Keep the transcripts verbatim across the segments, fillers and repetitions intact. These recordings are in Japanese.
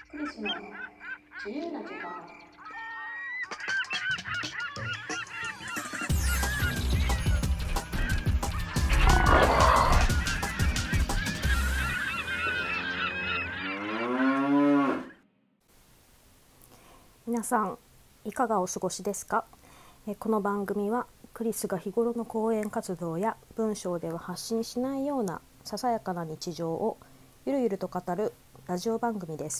クリスの自由な時間。 皆さんいかがお過ごしですか。この番組はクリスが日頃の講演活動や文章では発信しないようなささやかな日常をゆるゆると語るラジオ番組です。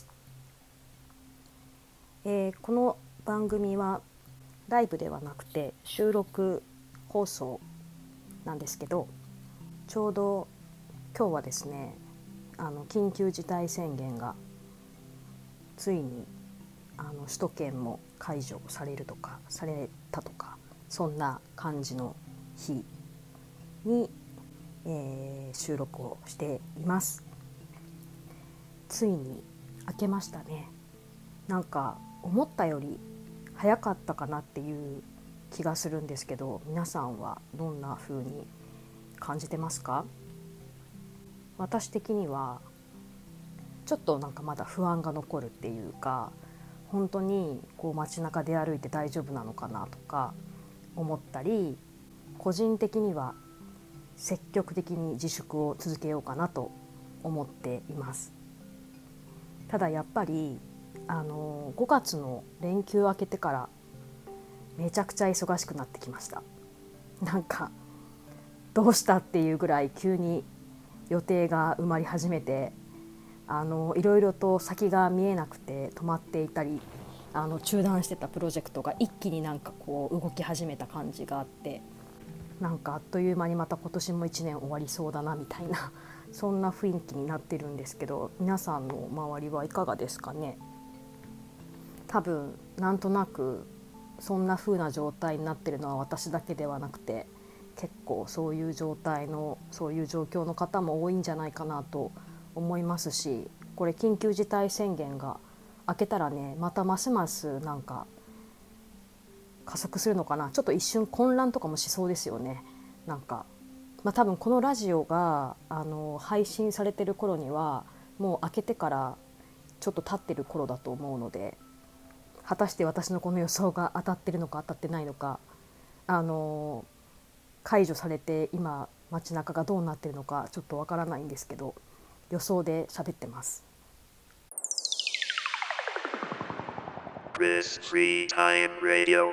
えー、この番組はライブではなくて収録放送なんですけど、ちょうど今日はですね、あの緊急事態宣言がついにあの首都圏も解除されるとかされたとか、そんな感じの日に、えー、収録をしています。ついに明けましたね。なんか思ったより早かったかなっていう気がするんですけど、皆さんはどんな風に感じてますか？私的にはちょっとなんかまだ不安が残るっていうか、本当にこう街中で歩いて大丈夫なのかなとか思ったり、個人的には積極的に自粛を続けようかなと思っています。ただやっぱりあのごがつの連休明けてからめちゃくちゃ忙しくなってきました。なんかどうしたっていうぐらい急に予定が埋まり始めて、あのいろいろと先が見えなくて止まっていたり、あの中断してたプロジェクトが一気になんかこう動き始めた感じがあって、なんかあっという間にまた今年もいちねん終わりそうだなみたいなそんな雰囲気になってるんですけど、皆さんの周りはいかがですかね。多分なんとなくそんな風な状態になってるのは私だけではなくて、結構そういう状態のそういう状況の方も多いんじゃないかなと思いますし、これ緊急事態宣言が明けたらね、またますますなんか加速するのかな。ちょっと一瞬混乱とかもしそうですよね。なんか、まあ、多分このラジオがあの配信されてる頃にはもう明けてからちょっと経ってる頃だと思うので、果たして私のこの予想が当たってるのか当たってないのか、あの解除されて今街中がどうなってるのかちょっとわからないんですけど、予想で喋ってます。 Risk Free Time Radio。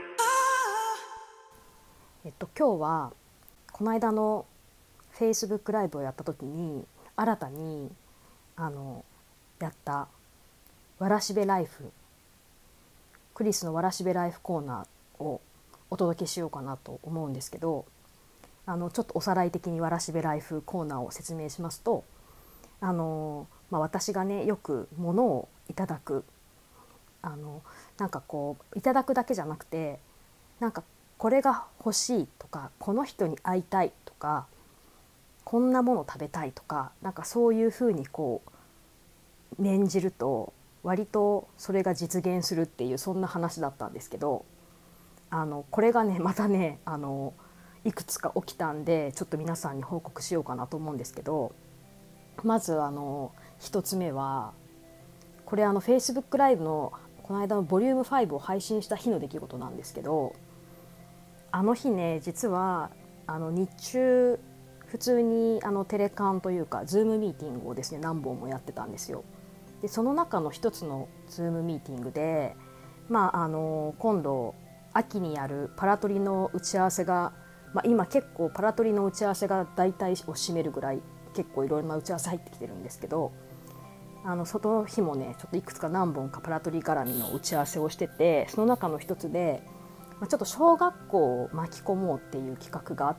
えっと今日はこの間の Facebook ライブをやった時に新たにあのやったわらしべライフ、クリスのわらしべライフコーナーをお届けしようかなと思うんですけど、あのちょっとおさらい的にわらしべライフコーナーを説明しますと、あの、まあ、私がねよく物をいただく、あのなんかこういただくだけじゃなくて、なんかこれが欲しいとか、この人に会いたいとか、こんなもの食べたいとか、なんかそういうふうにこう念じると割とそれが実現するっていう、そんな話だったんですけど、あのこれがねまたねあのいくつか起きたんで、ちょっと皆さんに報告しようかなと思うんですけど、まずあの一つ目は、これあの Facebook ライブのこの間のボリュームファイブを配信した日の出来事なんですけど、あの日ね実はあの日中普通にあのテレカンというかズームミーティングをですね何本もやってたんですよ。でその中の一つのズームミーティングで、まあ、あの今度秋にやるパラトリの打ち合わせが、まあ、今結構パラトリの打ち合わせが大体を占めるぐらい結構いろいろな打ち合わせ入ってきてるんですけど、あのその日もねちょっといくつか何本かパラトリ絡みの打ち合わせをしてて、その中の一つで、まあ、ちょっと小学校を巻き込もうっていう企画があって、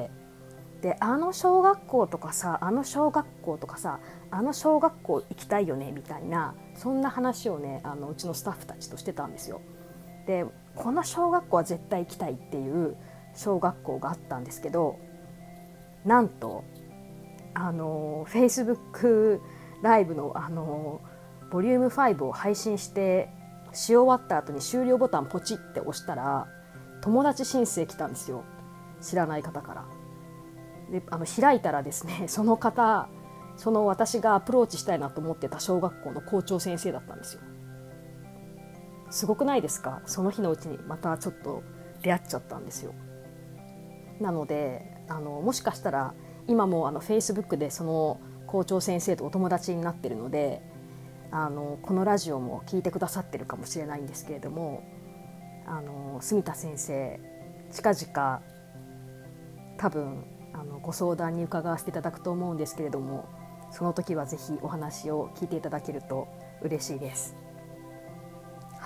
であの小学校とかさあの小学校とかさあの小学校行きたいよねみたいな、そんな話をねあのうちのスタッフたちとしてたんですよ。でこの小学校は絶対行きたいっていう小学校があったんですけど、なんとあの Facebook ライブのあのボリュームファイブを配信してし終わった後に終了ボタンポチって押したら友達申請来たんですよ、知らない方から。であの開いたらですね、その方その私がアプローチしたいなと思ってた小学校の校長先生だったんですよ。すごくないですか？その日のうちにまたちょっと出会っちゃったんですよ。なのであのもしかしたら今もあの Facebook でその校長先生とお友達になってるので、あのこのラジオも聞いてくださってるかもしれないんですけれども、あの住田先生近々多分あのご相談に伺わせていただくと思うんですけれども、その時はぜひお話を聞いていただけると嬉しいです。はい、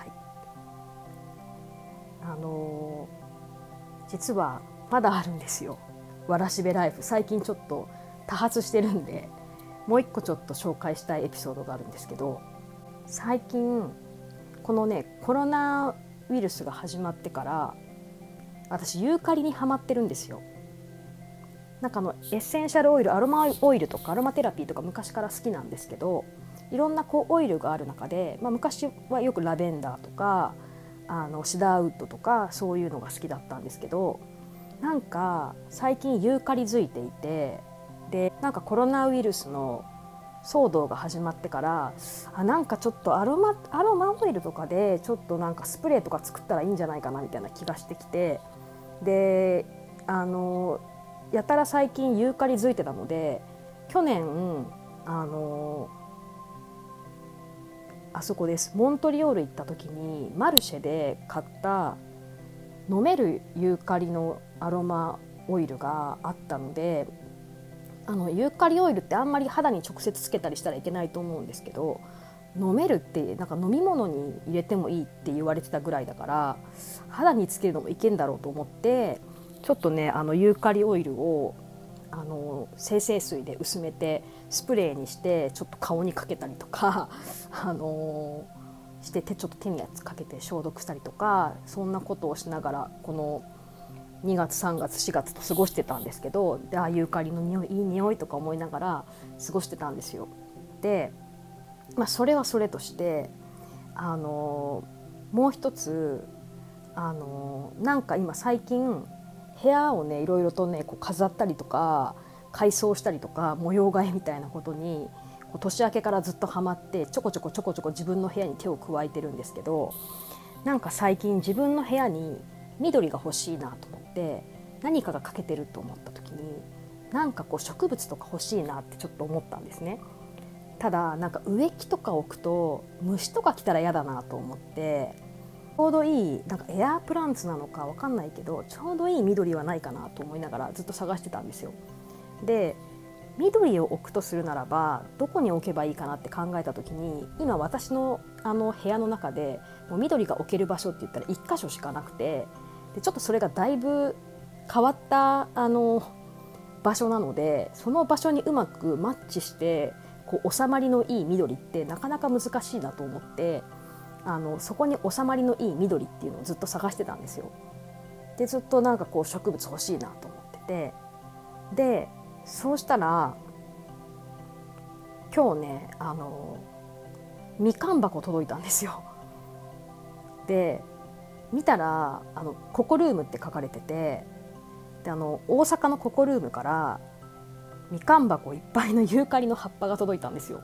あの実はまだあるんですよ、わらしべライフ。最近ちょっと多発してるんで、もう一個ちょっと紹介したいエピソードがあるんですけど、最近このねコロナウイルスが始まってから私ユーカリにハマってるんですよ。なんかあのエッセンシャルオイル、アロマオイルとかアロマテラピーとか昔から好きなんですけど、いろんなこうオイルがある中で、まあ、昔はよくラベンダーとかあのシダーウッドとかそういうのが好きだったんですけど、なんか最近ユーカリづいていて、でなんかコロナウイルスの騒動が始まってから、あなんかちょっとアロマアロマオイルとかでちょっとなんかスプレーとか作ったらいいんじゃないかなみたいな気がしてきて、であのやたら最近ユーカリづいてたので、去年あのあそこです、モントリオール行った時にマルシェで買った飲めるユーカリのアロマオイルがあったので、あのユーカリオイルってあんまり肌に直接つけたりしたらいけないと思うんですけど、飲めるってなんか飲み物に入れてもいいって言われてたぐらいだから、肌につけるのもいけんだろうと思って、ちょっとねあのユーカリオイルをあの精製水で薄めてスプレーにしてちょっと顔にかけたりとかあのして手ちょっと手にやつかけて消毒したりとか、そんなことをしながらこのにがつさんがつしがつと過ごしてたんですけど、であユーカリの匂いいい匂いとか思いながら過ごしてたんですよ。で、まあ、それはそれとしてあのもう一つあのなんか今最近部屋をねいろいろとねこう飾ったりとか改装したりとか模様替えみたいなことにこう年明けからずっとハマって、ちょこちょこちょこちょこ自分の部屋に手を加えてるんですけど、なんか最近自分の部屋に緑が欲しいなと思って何かが欠けてると思った時に、なんかこう植物とか欲しいなってちょっと思ったんですね。ただなんか植木とか置くと虫とか来たら嫌だなと思って、ちょうどいいなんかエアープランツなのかわかんないけどちょうどいい緑はないかなと思いながらずっと探してたんですよ。で緑を置くとするならばどこに置けばいいかなって考えた時に、今私のあの部屋の中でもう緑が置ける場所って言ったらいっかしょしかなくて、でちょっとそれがだいぶ変わったあの場所なので、その場所にうまくマッチしてこう収まりのいい緑ってなかなか難しいなと思って、あのそこに収まりのいい緑っていうのをずっと探してたんですよ。でずっとなんかこう植物欲しいなと思ってて、でそうしたら今日ねあのみかん箱届いたんですよ。で見たらあのココルームって書かれてて、であの大阪のココルームからみかん箱いっぱいのユーカリの葉っぱが届いたんですよ。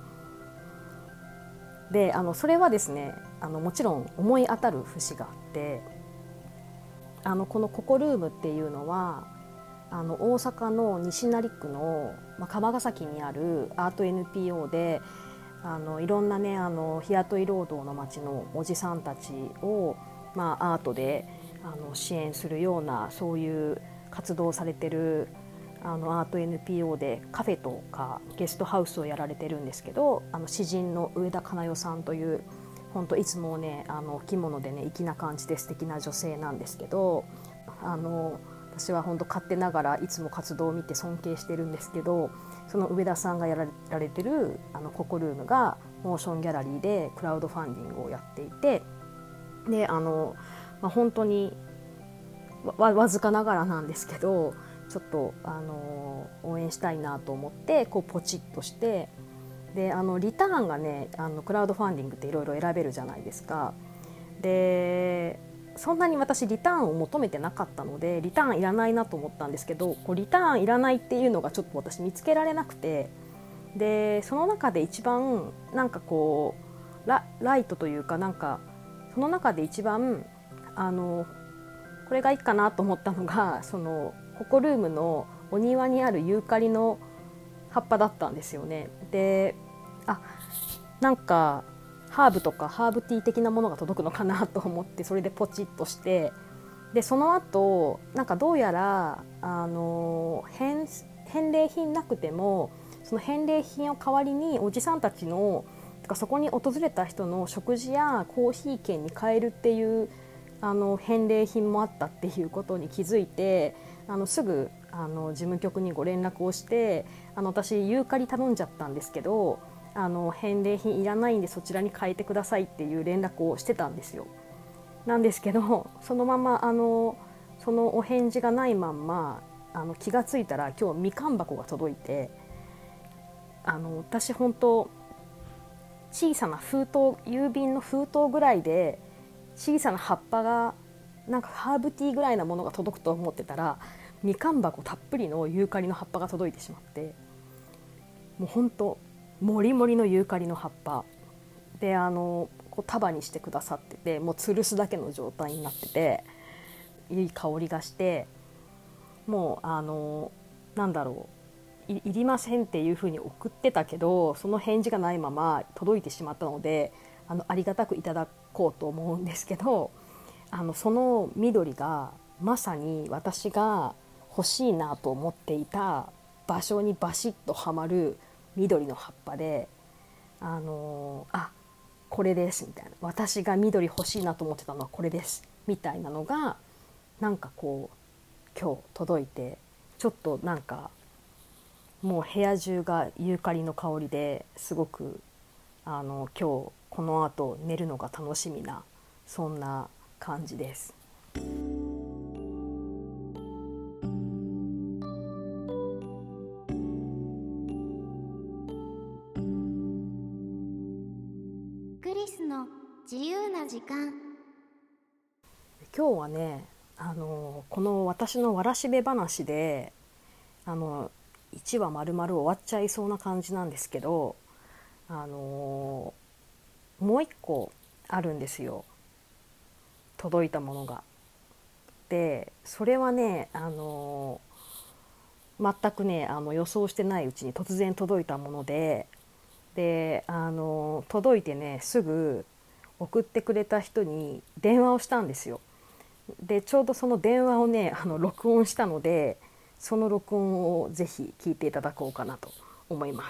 であのそれはですねあのもちろん思い当たる節があって、あのこのココルームっていうのはあの大阪の西成区の、まあ、釜ヶ崎にあるアート エヌピーオー であのいろんなねあの日雇い労働の町のおじさんたちを、まあ、アートであの支援するようなそういう活動をされてるあのアート エヌピーオー でカフェとかゲストハウスをやられてるんですけど、あの詩人の上田かな代さんという本当いつもねあの着物でね粋な感じで素敵な女性なんですけど、あの私は本当勝手ながらいつも活動を見て尊敬してるんですけど、その上田さんがやられてるあのココルームがモーションギャラリーでクラウドファンディングをやっていて、であの、まあ、本当に わ, わずかながらなんですけどちょっとあの応援したいなと思ってこうポチッとして、であのリターンがねあのクラウドファンディングっていろいろ選べるじゃないですか。でそんなに私リターンを求めてなかったのでリターンいらないなと思ったんですけど、こうリターンいらないっていうのがちょっと私見つけられなくて、 でその中で一番なんかこう ラ, ライトというかなんかその中で一番あのこれがいいかなと思ったのがそのココルームのお庭にあるユーカリの葉っぱだったんですよね。であなんかハーブとかハーブティー的なものが届くのかなと思ってそれでポチッとしてでその後なんかどうやらあの 返, 返礼品なくてもその返礼品を代わりにおじさんたちのそこに訪れた人の食事やコーヒー券に変えるっていうあの返礼品もあったっていうことに気づいてあのすぐあの事務局にご連絡をしてあの私ユーカリ頼んじゃったんですけどあの返礼品いらないんでそちらに変えてくださいっていう連絡をしてたんですよ。なんですけどそのままあのそのお返事がないまんまあの気がついたら今日みかん箱が届いてあの私本当小さな封筒郵便の封筒ぐらいで小さな葉っぱがなんかハーブティーぐらいなものが届くと思ってたらみかん箱たっぷりのユーカリの葉っぱが届いてしまってもう本当もりもりのユーカリの葉っぱであのこう束にしてくださっててもう吊るすだけの状態になってていい香りがしてもうあのなんだろう い, いりませんっていうふうに送ってたけどその返事がないまま届いてしまったのであのありがたくいただこうと思うんですけどあのその緑がまさに私が欲しいなと思っていた場所にバシッとはまる緑の葉っぱであのあこれですみたいな私が緑欲しいなと思ってたのはこれですみたいなのがなんかこう今日届いてちょっとなんかもう部屋中がユーカリの香りですごくあの今日この後寝るのが楽しみなそんな感じです。 クリスの自由な時間。 今日はねあのこの私のわらしべ話であのいちわ丸々終わっちゃいそうな感じなんですけどあのもう一個あるんですよ届いたものが。でそれはねあの全くねあの予想してないうちに突然届いたものでであの届いてねすぐ送ってくれた人に電話をしたんですよ。でちょうどその電話をねあの録音したのでその録音をぜひ聞いていただこうかなと思います。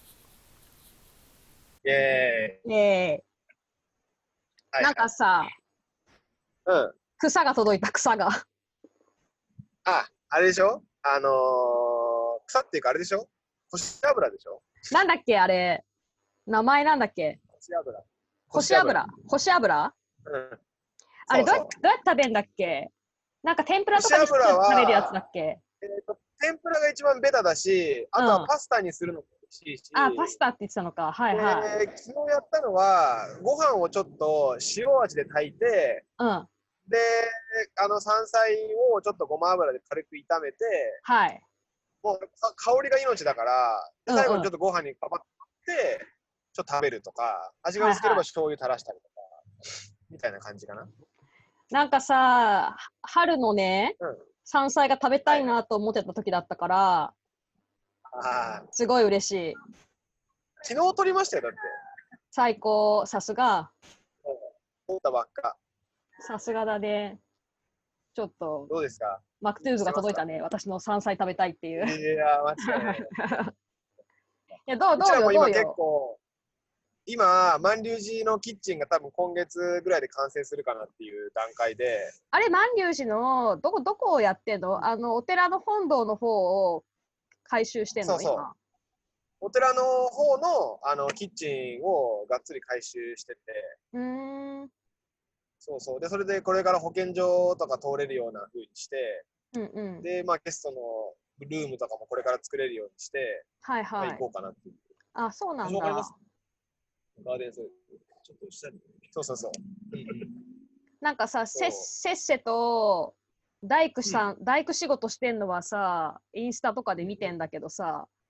イエーイ。 ではいなんかさうん。 草が届いた草があ、あれでしょあのー、草っていうかあれでしょ干し油でしょなんだっけあれ名前なんだっけ干し油。 干し油干し油うん。 あれどうやそうそうどうやって食べるんだっけなんか天ぷらとかにして干し油は食べるやつだっけえーと、天ぷらが一番ベタだし、あとうんはパスタにするのも美味しいし。 あパスタって言ってたのかはいはいで昨日やったのは、ご飯をちょっと塩味で炊いて、 うんで、あの山菜をちょっとごま油で軽く炒めて、 はいもうか香りが命だから、でうんうん最後にちょっとご飯にかばって、ちょっと食べるとか、味が薄ければ醤油垂らしたりとか、みたいな感じかな。 なんかさ春のね、 うん、 山菜が食べたいなと思ってた時だったから、 あすごい嬉しい。 昨日撮りましたよ、だって。 最高さすが撮ったばっか。 さすがだね。ちょっとどうですかマクトゥーズが届いたね私の山菜食べたいっていう。 いや、間違いない。 いやどうどうちらも今うよどうよ。 結構、今、満隆寺のキッチンが多分今月ぐらいで完成するかなっていう段階で。 あれ満隆寺のどこどこをやってんの？あのお寺の本堂の方を改修してんの？ そうそう今。 お寺の方のあのキッチンをがっつり改修してて。 うーん。 そうそう。で、それでこれから保健所とか通れるような風にして、 うんうん。 で、まあゲストのルームとかもこれから作れるようにして、 はいはい。 まあ、行こうかなっていう。 あ、そうなんわかりまだ。 すガーデンソイル。ちょっと下に。そうそうそう。うんうん、 なんかさ、せっせっせと大工さん、うん、大工仕事してんのはさ、インスタとかで見てんだけどさ、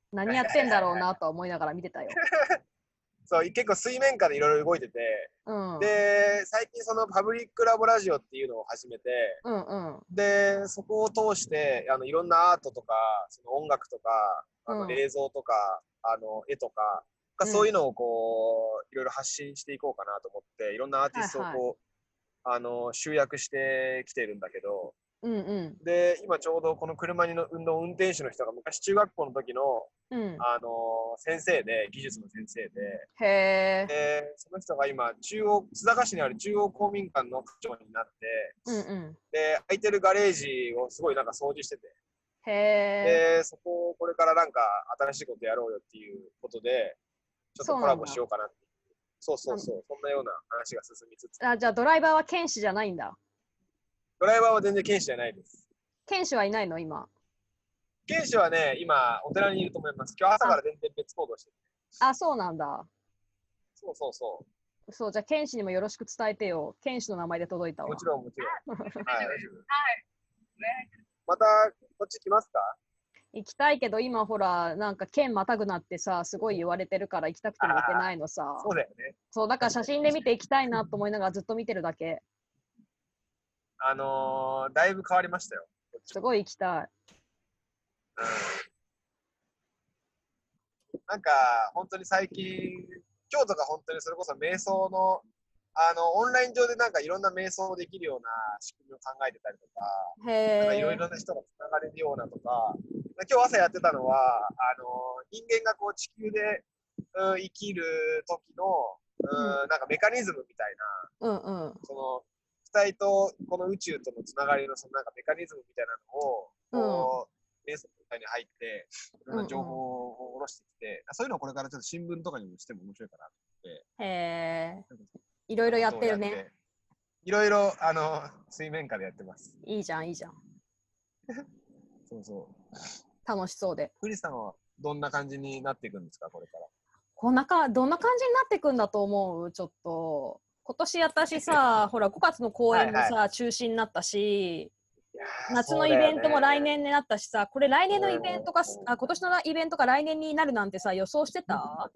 何やってんだろうなとは思いながら見てたよ。 そう結構水面下でいろいろ動いてて、 うん、 で最近そのパブリックラボラジオっていうのを始めて、 うんうんでそこを通してあのいろんなアートとかその音楽とかあのうん映像とか、あの絵とか、 うんそういうのをこういろいろ発信していこうかなと思っていろんなアーティストをこう、 はいはいあの集約してきてるんだけど、 うんうんで今ちょうどこの車にの運動運転手の人が昔中学校の時の、 うんあの先生で技術の先生で、 へえでその人が今中央須坂市にある中央公民館の区長になって、 うんうんで空いてるガレージをすごいなんか掃除してて、 へえでそこをこれからなんか新しいことやろうよっていうことでちょっとコラボしようかなっていう、そうそうそうそんなような話が進みつつ、 あじゃあドライバーは剣士じゃないんだ。 ドライバーは全然剣士じゃないです。 剣士はいないの今。 剣士はね今お寺にいると思います。今日朝から全然別行動してて。 あそうなんだ。 そうそうそう。 そうじゃあ剣士にもよろしく伝えてよ。剣士の名前で届いたわ。 もちろんもちろん。はい、大丈夫。はい。またこっち来ますか？ 行きたいけど今ほらなんか剣またぐなってさすごい言われてるから行きたくても行けないのさ。 そうだよね。 そうだから写真で見て行きたいなと思いながらずっと見てるだけ。 あのー、だいぶ変わりましたよ。 すごい行きたい。 うん、なんか本当に最近今日とか本当にそれこそ瞑想のあのオンライン上でなんかいろんな瞑想できるような仕組みを考えてたりとか、 へえ。 いろいろな人がつながれるようなとか、今日朝やってたのはあの人間がこう地球で、うん、生きる時の、うん、なんかメカニズムみたいな、 うんうん。 その機体とこの宇宙とのつながりのそのなんかメカニズムみたいなのをこう、うん、瞑想に入っていろんな情報を下ろしてきて、うんうん、そういうのをこれからちょっと新聞とかにもしても面白いかなと思って。 へえ。いろいろやってるね。 いろいろあの水面下でやってます。 いいじゃんいいじゃん。 そうそう。 楽しそうで。 クリスさんはどんな感じになっていくんですかこれから。 こんなかどんな感じになっていくんだと思う。ちょっと今年私さほらごがつの公演もさ、はいはい、中止になったし。夏のイベントも来年になったしさ、これ来年のイベントか、あ今年のイベントが来年になるなんてさ予想してた？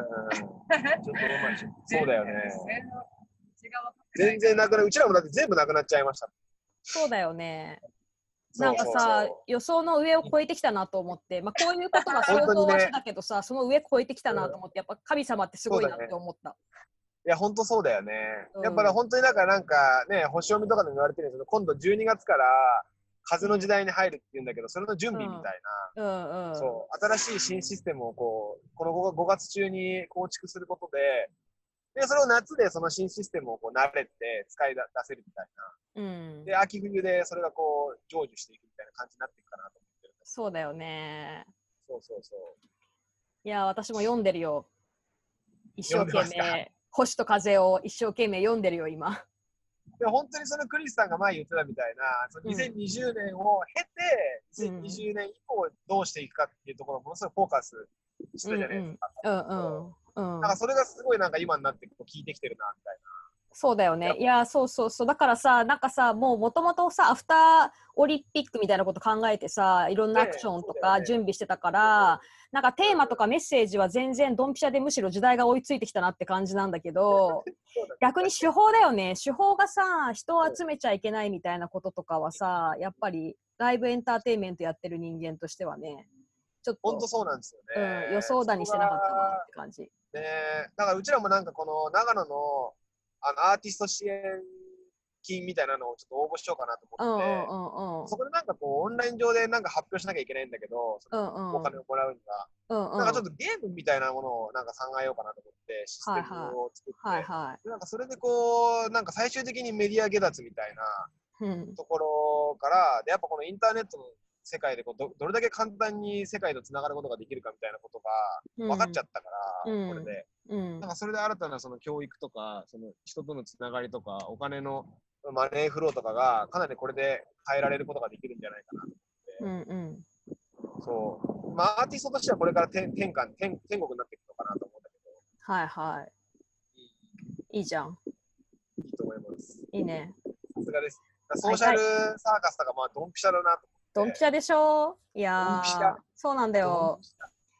そうだよね。全然なくなる。うちらもだって全部なくなっちゃいました。 そうだよね。なんかさ予想の上を超えてきたなと思って、まあこういうことが想像はしてたけどさ、ね、その上超えてきたなと思って、やっぱ神様ってすごいなって思った。 いや本当そうだよね、うん、やっぱり本当になんかなんかね星読みとかでも言われてるんですけど今度じゅうにがつから風の時代に入るって言うんだけどそれの準備みたいな、うんうんうん、そう新しい新システムをこうこのごがつ中に構築することででそれを夏でその新システムをこう慣れて使い出せるみたいな、うん、で秋冬でそれがこう成就していくみたいな感じになっていくかなと思ってる。 そうだよね。 そうそうそう。 いや私も読んでるよ一生懸命。星と風を一生懸命読んでるよ今。 で本当にそのクリスさんが前言ってたみたいなそのにせんにじゅうねんを経て、うん、にせんにじゅうねん以降どうしていくかっていうところをものすごいフォーカスしてたじゃないですか。うんうんうんうん、なんかそれがすごいなんか今になってこう聞いてきてるなみたいな。 そうだよね。いやそうそうそうだからさなんかさもうもともとさアフターオリンピックみたいなこと考えてさいろんなアクションとか準備してたから、ね、なんかテーマとかメッセージは全然ドンピシャでむしろ時代が追いついてきたなって感じなんだけど逆に手法だよね。手法がさ人を集めちゃいけないみたいなこととかはさやっぱりライブエンターテインメントやってる人間としてはねちょっと本当そうなんですよね、 うん、予想だにしてなかったなって感じ。 ね、だからうちらもなんかこの長野のあのアーティスト支援金みたいなのをちょっと応募しようかなと思って、うんうんうんうん、そこでなんかこうオンライン上でなんか発表しなきゃいけないんだけど、そのお金をもらうには、うんうん、なんかちょっとゲームみたいなものをなんか考えようかなと思ってシステムを作って、はいはいはいはい、なんかそれでこうなんか最終的にメディア下脱みたいなところから、うん、でやっぱこのインターネットの世界でこう ど, どれだけ簡単に世界とつながることができるかみたいなことが分かっちゃったから、うん、これで、うん、なんかそれで新たなその教育とかその人とのつながりとかお金のマネーフローとかがかなりこれで変えられることができるんじゃないかなと思って、うんうん、そうまあアーティストとしてはこれから天天下 天, 天国になっていくのかなと思うんだけどはいはいいいじゃんいいと思いますいいねさすがですソーシャルサーカスとかまあドンピシャだなと思ってドンピシャでしょいやーそうなんだよ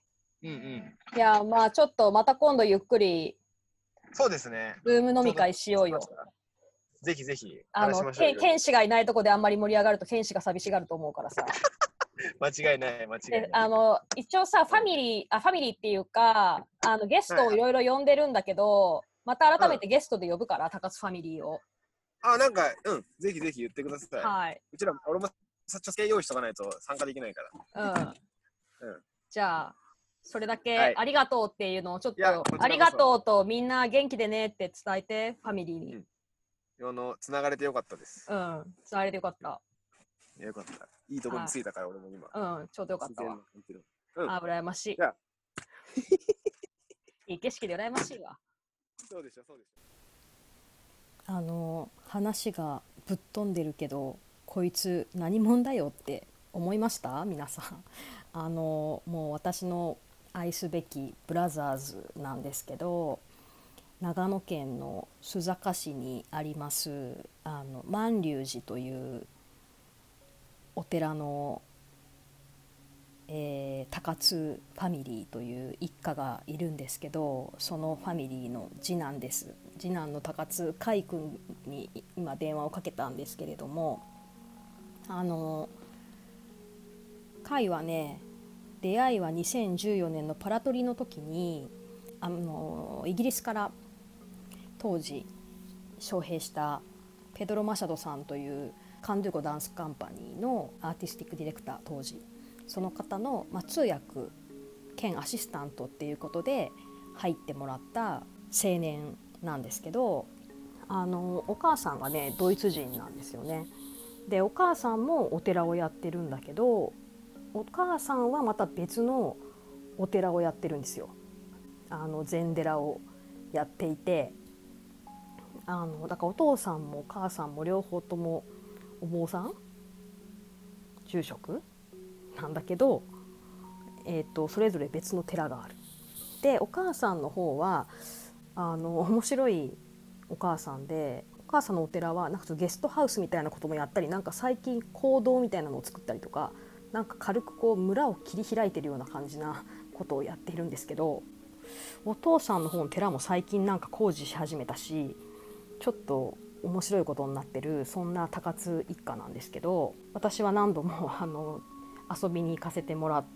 うんうん。 いやまあちょっとまた今度ゆっくりそうですね。 ルーム飲み会しようよ。 ぜひぜひあの話しましょうよ。 剣士がいないとこであんまり盛り上がると剣士が寂しがると思うからさ。 間違いない間違いない。 あの一応さファミリーあファミリーっていうかあのゲストをいろいろ呼んでるんだけど、また改めてゲストで呼ぶから、うん、高津ファミリーを。 あなんかうんぜひぜひ言ってください。 はい。 うちら俺もさちょっと用意しとかないと参加できないから。うん。うん。 じゃあそれだけありがとうっていうのをちょっと、はい、ありがとうとみんな元気でねって伝えてファミリーに。 うん、のつながれてよかったです。 うん、つながれてよかった。 よかった。いいところに着いたから、俺も今。 うん、ちょうどよかったわ。 うん、 あ、羨ましい。いい景色で羨ましいわ。 そうでしょ、そうでしょ。 あの、話がぶっ飛んでるけど、こいつ何者だよって思いました皆さん。あの、もう私の愛すべきブラザーズなんですけど、長野県の須坂市にありますあの満隆寺というお寺の、えー、高津ファミリーという一家がいるんですけど、そのファミリーの次男です。次男の高津海君に今電話をかけたんですけれども、あの海はね、出会いはにせんじゅうよねんのパラトリの時にあのイギリスから当時招聘したペドロ・マシャドさんというカンドゥゴダンスカンパニーのアーティスティックディレクター、当時その方の、まあ、通訳兼アシスタントっていうことで入ってもらった青年なんですけど、あのお母さんがねドイツ人なんですよね。でお母さんもお寺をやってるんだけど、お母さんはまた別のお寺をやってるんですよ。あの禅寺をやっていて、あのだからお父さんもお母さんも両方ともお坊さん住職なんだけど、えーと、それぞれ別の寺がある。でお母さんの方はあの面白いお母さんで、お母さんのお寺はなんかゲストハウスみたいなこともやったり、なんか最近講堂みたいなのを作ったりとか、なんか軽くこう村を切り開いてるような感じなことをやっているんですけど、お父さんの方の寺も最近なんか工事し始めたし、ちょっと面白いことになってる、そんな高津一家なんですけど、私は何度もあの遊びに行かせてもらって、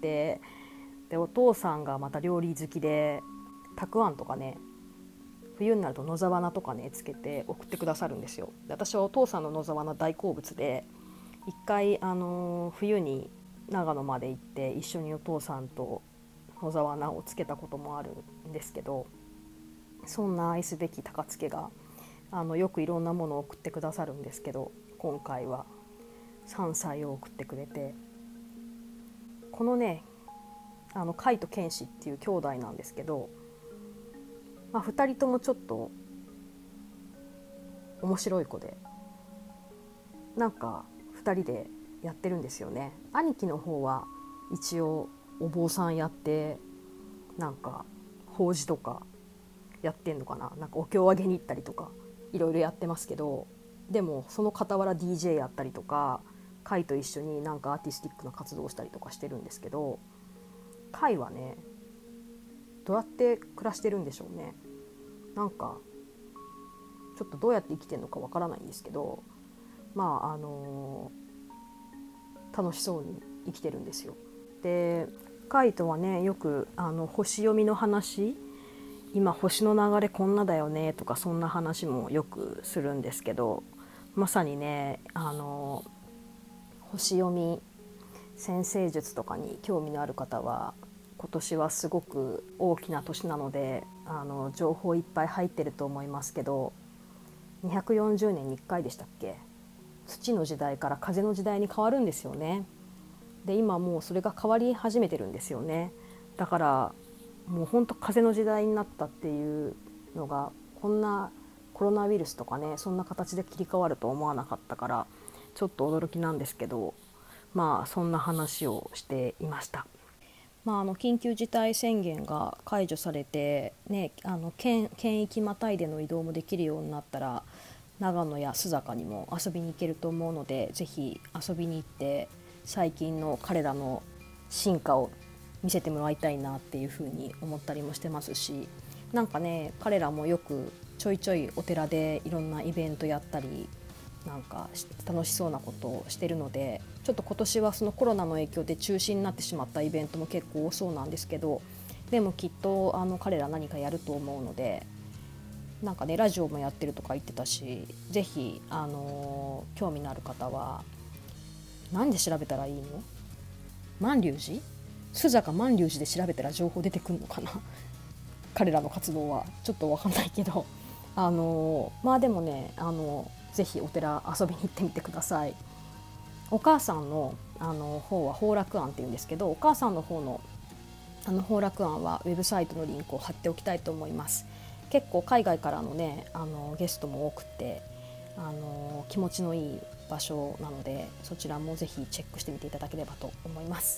でお父さんがまた料理好きで、たくあんとかね、冬になると野沢菜とかねつけて送ってくださるんですよ。で私はお父さんの野沢菜大好物で、一回あの冬に長野まで行って一緒にお父さんと野沢菜をつけたこともあるんですけど、そんな愛すべき高津家があのよくいろんなものを送ってくださるんですけど、今回は山菜を送ってくれて、このねあの海と剣士っていう兄弟なんですけど、まあ、ふたりともちょっと面白い子で、なんかふたりでやってるんですよね。兄貴の方は一応お坊さんやって、なんか法事とかやってんのかな、なんかお経をあげに行ったりとかいろいろやってますけど、でもその傍ら ディージェー やったりとか、カイと一緒になんかアーティスティックな活動をしたりとかしてるんですけど、カイはねどうやって暮らしてるんでしょうね。なんかちょっとどうやって生きてるのかわからないんですけど、まああのー、楽しそうに生きてるんですよ。でカイとはねよくあの星読みの話、今星の流れこんなだよねとか、そんな話もよくするんですけど、まさにねあの星読み占星術とかに興味のある方は、今年はすごく大きな年なので、あの情報いっぱい入ってると思いますけど、にひゃくよんじゅうねんにいっかいでしたっけ、土の時代から風の時代に変わるんですよね。で今もうそれが変わり始めてるんですよね。だからもう本当風の時代になったっていうのが、こんなコロナウイルスとかね、そんな形で切り替わると思わなかったから、ちょっと驚きなんですけど、まあそんな話をしていました。まあ、あの緊急事態宣言が解除されて、ね、あの 県, 県域またいでの移動もできるようになったら、長野や須坂にも遊びに行けると思うので、ぜひ遊びに行って最近の彼らの進化を見せてもらいたいなっていうふうに思ったりもしてますし、なんかね彼らもよくちょいちょいお寺でいろんなイベントやったりなんか楽しそうなことをしてるので、ちょっと今年はそのコロナの影響で中止になってしまったイベントも結構多そうなんですけど、でもきっとあの彼ら何かやると思うので、なんかねラジオもやってるとか言ってたし、ぜひあのー、興味のある方は何で調べたらいいの？満隆寺？須坂満隆寺で調べたら情報出てくるのかな彼らの活動はちょっと分かんないけど、あのー、まあでもね、あのー、ぜひお寺遊びに行ってみてください。お母さんの、あの方は崩落庵っていうんですけど、お母さんの方のあの崩落庵はウェブサイトのリンクを貼っておきたいと思います。結構海外からのねあのゲストも多くて、あの気持ちのいい場所なので、そちらもぜひチェックしてみていただければと思います。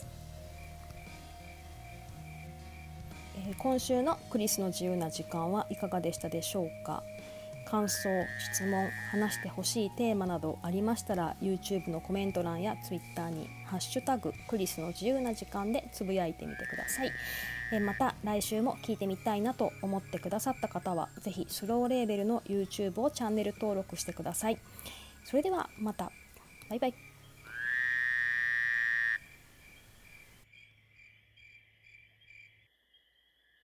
えー、今週のクリスの自由な時間はいかがでしたでしょうか。感想、質問、話してほしいテーマなどありましたら YouTube のコメント欄や Twitter にハッシュタグクリスの自由な時間でつぶやいてみてください。えまた来週も聞いてみたいなと思ってくださった方はぜひスローレーベルの YouTube をチャンネル登録してください。それではまた。バイバイ。